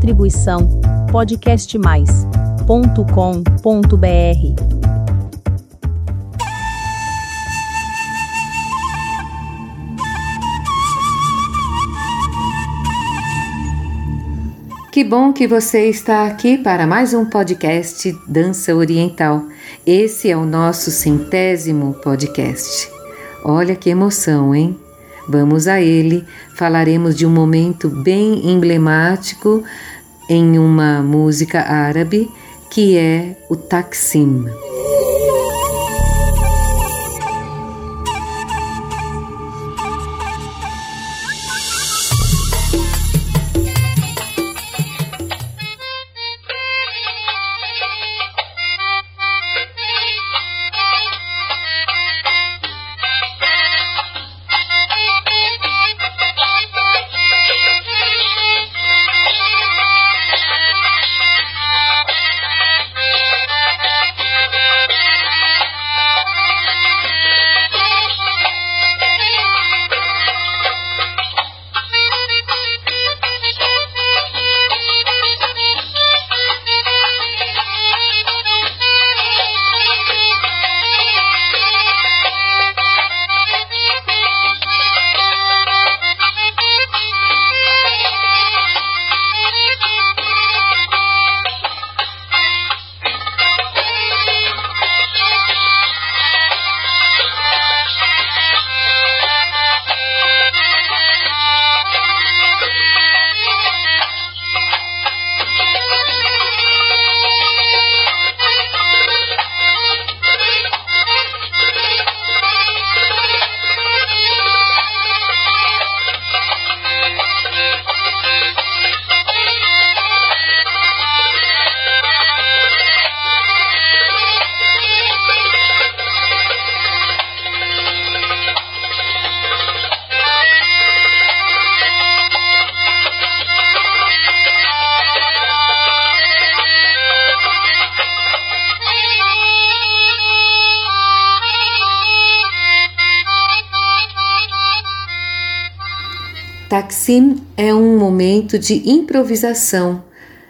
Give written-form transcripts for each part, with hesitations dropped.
Distribuição podcastmais.com.br. Que bom que você está aqui para mais um podcast Dança Oriental. Esse é o nosso 100º podcast. Olha que emoção, hein? Vamos a ele. Falaremos de um momento bem emblemático em uma música árabe, que é o Taksim. Taksim é um momento de improvisação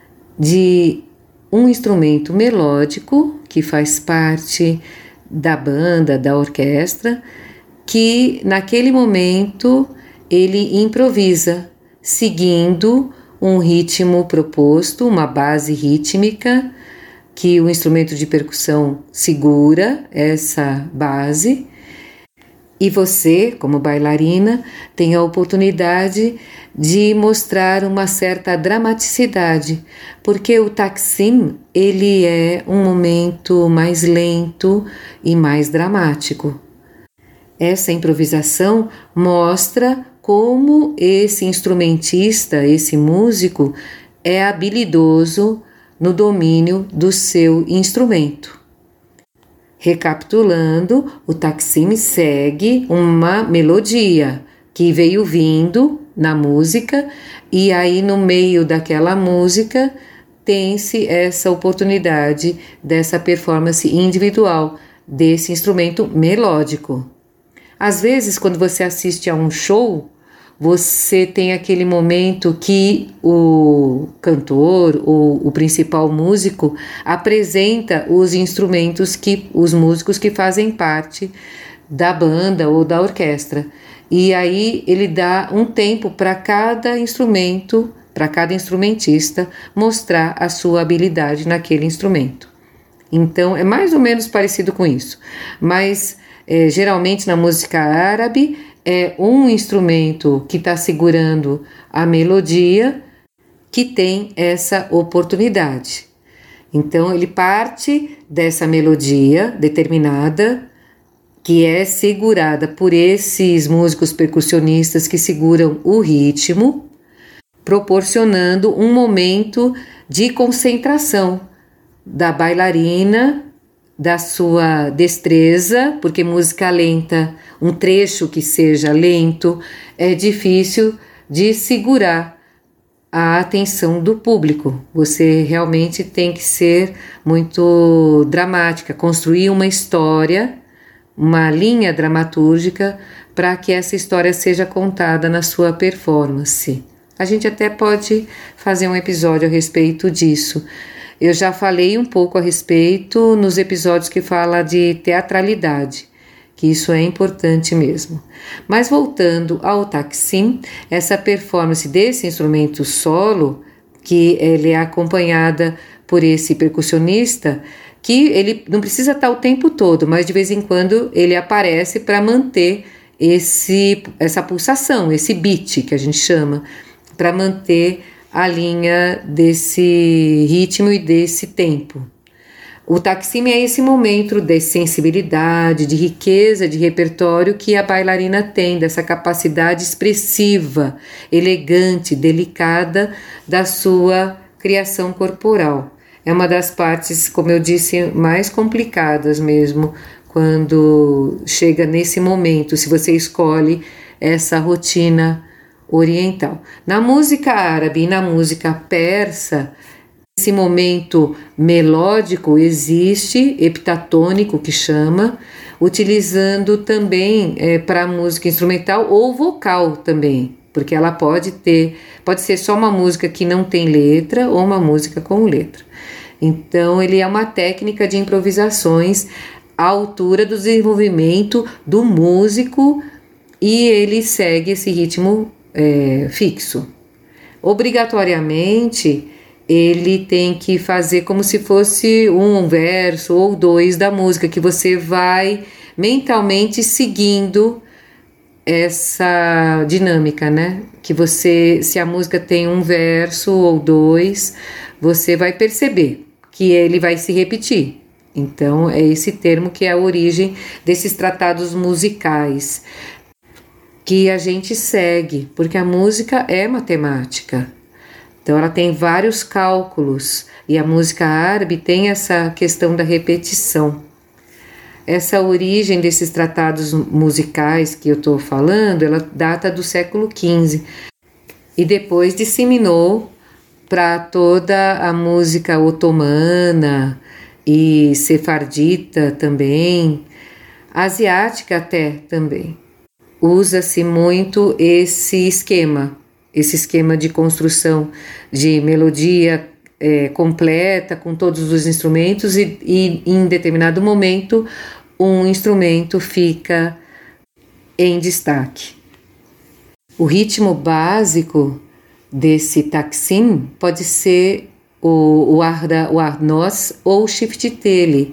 de um instrumento melódico que faz parte da banda, da orquestra, que naquele momento ele improvisa, seguindo um ritmo proposto, uma base rítmica, que o instrumento de percussão segura essa base. E você, como bailarina, tem a oportunidade de mostrar uma certa dramaticidade, porque o Taksim, ele é um momento mais lento e mais dramático. Essa improvisação mostra como esse instrumentista, esse músico, é habilidoso no domínio do seu instrumento. Recapitulando, o Taksim segue uma melodia que veio vindo na música, e aí no meio daquela música tem-se essa oportunidade dessa performance individual desse instrumento melódico. Às vezes, quando você assiste a um show, você tem aquele momento que o cantor ou o principal músico apresenta os instrumentos, os músicos que fazem parte da banda ou da orquestra. E aí ele dá um tempo para cada instrumento, para cada instrumentista mostrar a sua habilidade naquele instrumento. Então é mais ou menos parecido com isso, mas geralmente na música árabe é um instrumento que está segurando a melodia que tem essa oportunidade. Então ele parte dessa melodia determinada, que é segurada por esses músicos percussionistas que seguram o ritmo, proporcionando um momento de concentração da bailarina, da sua destreza, porque música lenta, um trecho que seja lento, é difícil de segurar a atenção do público. Você realmente tem que ser muito dramática, construir uma história, uma linha dramatúrgica para que essa história seja contada na sua performance. A gente até pode fazer um episódio a respeito disso. Eu já falei um pouco a respeito nos episódios que fala de teatralidade, que isso é importante mesmo. Mas voltando ao taksim, essa performance desse instrumento solo, que ele é acompanhada por esse percussionista, que ele não precisa estar o tempo todo, mas de vez em quando ele aparece para manter essa pulsação, esse beat que a gente chama, para manter a linha desse ritmo e desse tempo. O taksim é esse momento de sensibilidade, de riqueza de repertório que a bailarina tem, dessa capacidade expressiva, elegante, delicada da sua criação corporal. É uma das partes, como eu disse, mais complicadas mesmo, quando chega nesse momento, se você escolhe essa rotina oriental. Na música árabe e na música persa, esse momento melódico existe, heptatônico que chama, utilizando também para música instrumental ou vocal também, porque ela pode ser só uma música que não tem letra ou uma música com letra. Então ele é uma técnica de improvisações à altura do desenvolvimento do músico e ele segue esse ritmo fixo. Obrigatoriamente ele tem que fazer como se fosse um verso ou dois da música, que você vai mentalmente seguindo essa dinâmica, né? Que se a música tem um verso ou dois, você vai perceber que ele vai se repetir. Então é esse termo que é a origem desses tratados musicais que a gente segue, porque a música é matemática. Então ela tem vários cálculos e a música árabe tem essa questão da repetição. Essa origem desses tratados musicais que eu estou falando, ela data do século XV e depois disseminou para toda a música otomana e sefardita também, asiática até também. Usa-se muito esse esquema de construção de melodia completa com todos os instrumentos e em determinado momento um instrumento fica em destaque. O ritmo básico desse taksim pode ser o arnoz ou o shiftitele,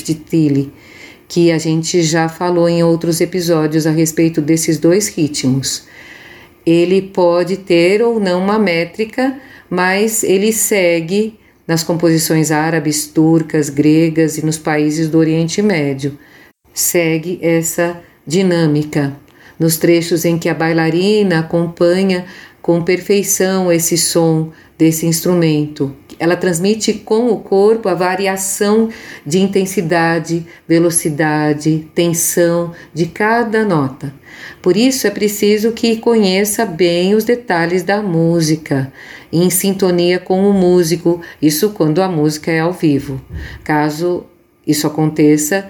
que a gente já falou em outros episódios a respeito desses dois ritmos. Ele pode ter ou não uma métrica, mas ele segue nas composições árabes, turcas, gregas e nos países do Oriente Médio. Segue essa dinâmica. Nos trechos em que a bailarina acompanha com perfeição esse som desse instrumento, ela transmite com o corpo a variação de intensidade, velocidade, tensão de cada nota. Por isso é preciso que conheça bem os detalhes da música, em sintonia com o músico, isso quando a música é ao vivo. Caso isso aconteça,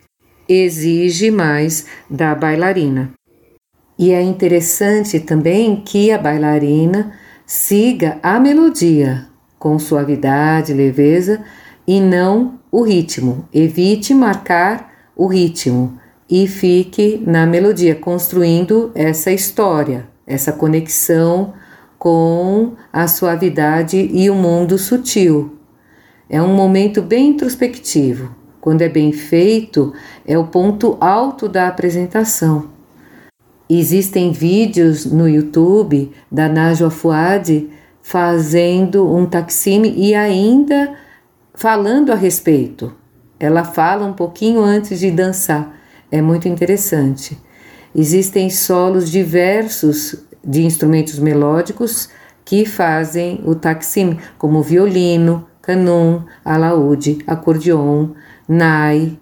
exige mais da bailarina. E é interessante também que a bailarina siga a melodia com suavidade, leveza e não o ritmo. Evite marcar o ritmo e fique na melodia, construindo essa história, essa conexão com a suavidade e o mundo sutil. É um momento bem introspectivo. Quando é bem feito, é o ponto alto da apresentação. Existem vídeos no YouTube da Najwa Fuad fazendo um taksim e ainda falando a respeito. Ela fala um pouquinho antes de dançar. É muito interessante. Existem solos diversos de instrumentos melódicos que fazem o taksim, como violino, kanun, alaúde, acordeon, nai.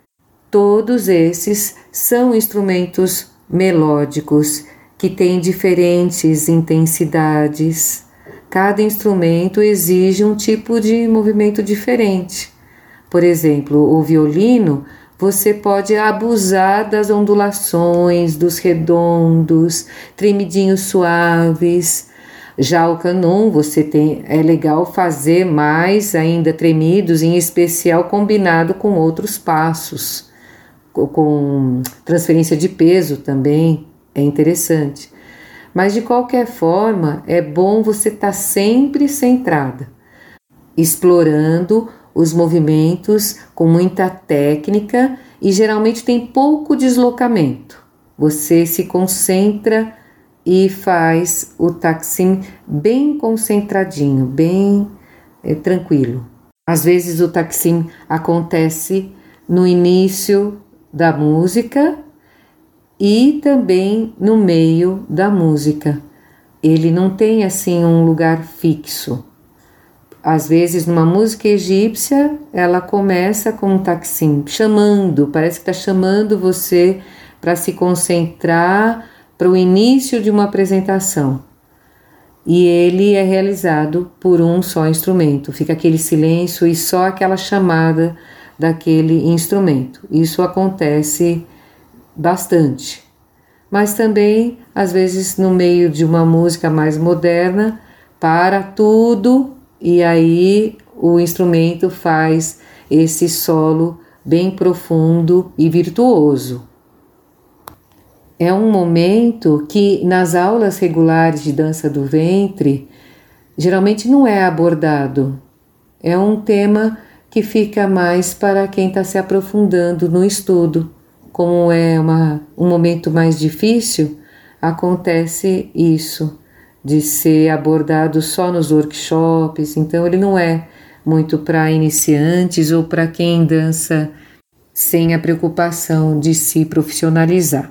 Todos esses são instrumentos melódicos que têm diferentes intensidades. Cada instrumento exige um tipo de movimento diferente. Por exemplo, o violino, você pode abusar das ondulações, dos redondos, tremidinhos suaves. Já o Kanun, é legal fazer mais ainda tremidos, em especial combinado com outros passos, com transferência de peso também, é interessante. Mas de qualquer forma, é bom você estar sempre centrada, explorando os movimentos com muita técnica e geralmente tem pouco deslocamento. Você se concentra e faz o taksim bem concentradinho, bem tranquilo. Às vezes o taksim acontece no início da música e também no meio da música. Ele não tem assim um lugar fixo. Às vezes numa música egípcia ela começa com um taksim, chamando, parece que está chamando você para se concentrar para o início de uma apresentação. E ele é realizado por um só instrumento. Fica aquele silêncio e só aquela chamada daquele instrumento. Isso acontece bastante. Mas também, às vezes, no meio de uma música mais moderna, para tudo e aí o instrumento faz esse solo bem profundo e virtuoso. É um momento que nas aulas regulares de dança do ventre geralmente não é abordado. É um tema que fica mais para quem está se aprofundando no estudo. Como é um momento mais difícil, acontece isso, de ser abordado só nos workshops, então ele não é muito para iniciantes ou para quem dança sem a preocupação de se profissionalizar.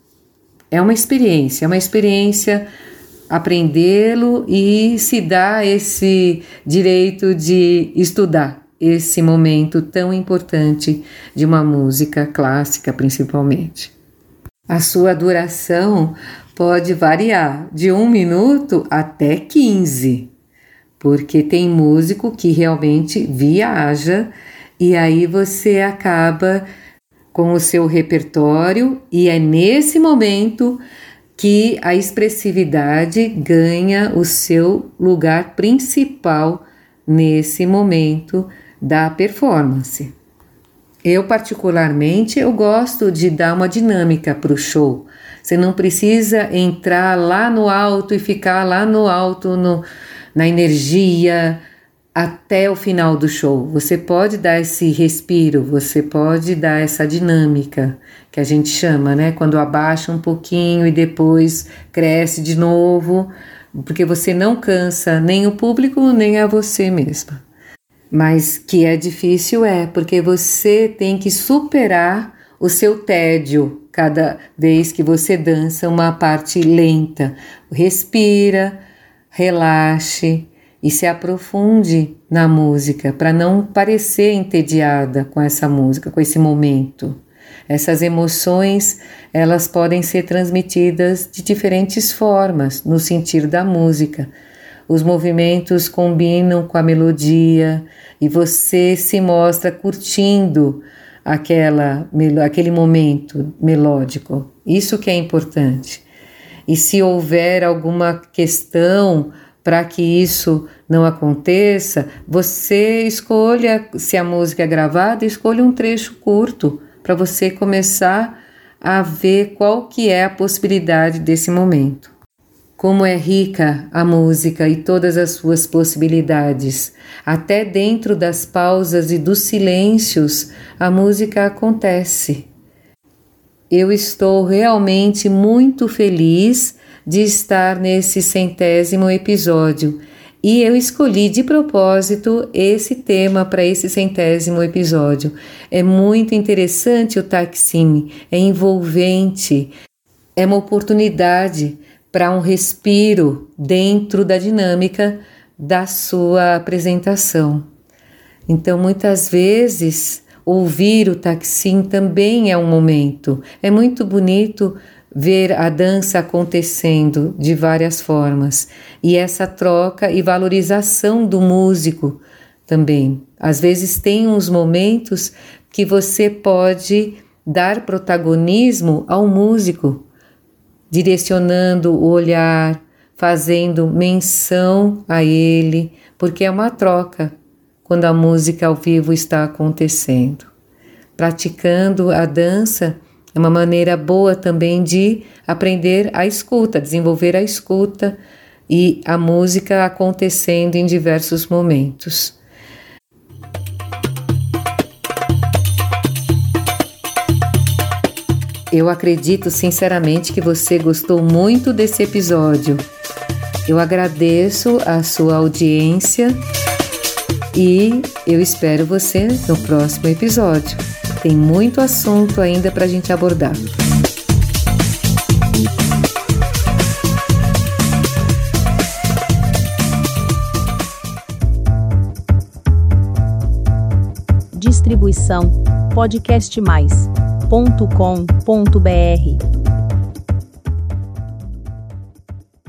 É uma experiência aprendê-lo e se dar esse direito de estudar esse momento tão importante de uma música clássica, principalmente. A sua duração pode variar de 1 minuto até 15, porque tem músico que realmente viaja e aí você acaba com o seu repertório e é nesse momento que a expressividade ganha o seu lugar principal nesse momento da performance. Eu particularmente, eu gosto de dar uma dinâmica para o show. Você não precisa entrar lá no alto e ficar lá no alto na energia até o final do show. Você pode dar esse respiro, você pode dar essa dinâmica que a gente chama, né? Quando abaixa um pouquinho e depois cresce de novo, porque você não cansa nem o público nem a você mesma. Mas que é difícil porque você tem que superar o seu tédio cada vez que você dança uma parte lenta. Respira, relaxe e se aprofunde na música para não parecer entediada com essa música, com esse momento. Essas emoções, elas podem ser transmitidas de diferentes formas no sentir da música. Os movimentos combinam com a melodia e você se mostra curtindo aquele momento melódico. Isso que é importante. E se houver alguma questão para que isso não aconteça, você escolha, se a música é gravada, escolha um trecho curto para você começar a ver qual que é a possibilidade desse momento. Como é rica a música e todas as suas possibilidades. Até dentro das pausas e dos silêncios, a música acontece. Eu estou realmente muito feliz de estar nesse 100º episódio e eu escolhi de propósito esse tema para esse 100º episódio. É muito interessante o taksim, é envolvente, é uma oportunidade para um respiro dentro da dinâmica da sua apresentação. Então, muitas vezes, ouvir o taksim também é um momento. É muito bonito ver a dança acontecendo de várias formas. E essa troca e valorização do músico também. Às vezes tem uns momentos que você pode dar protagonismo ao músico, direcionando o olhar, fazendo menção a ele, porque é uma troca quando a música ao vivo está acontecendo. Praticando a dança é uma maneira boa também de aprender a escuta, desenvolver a escuta e a música acontecendo em diversos momentos. Eu acredito sinceramente que você gostou muito desse episódio. Eu agradeço a sua audiência e eu espero você no próximo episódio. Tem muito assunto ainda para a gente abordar. Distribuição podcastmais.com.br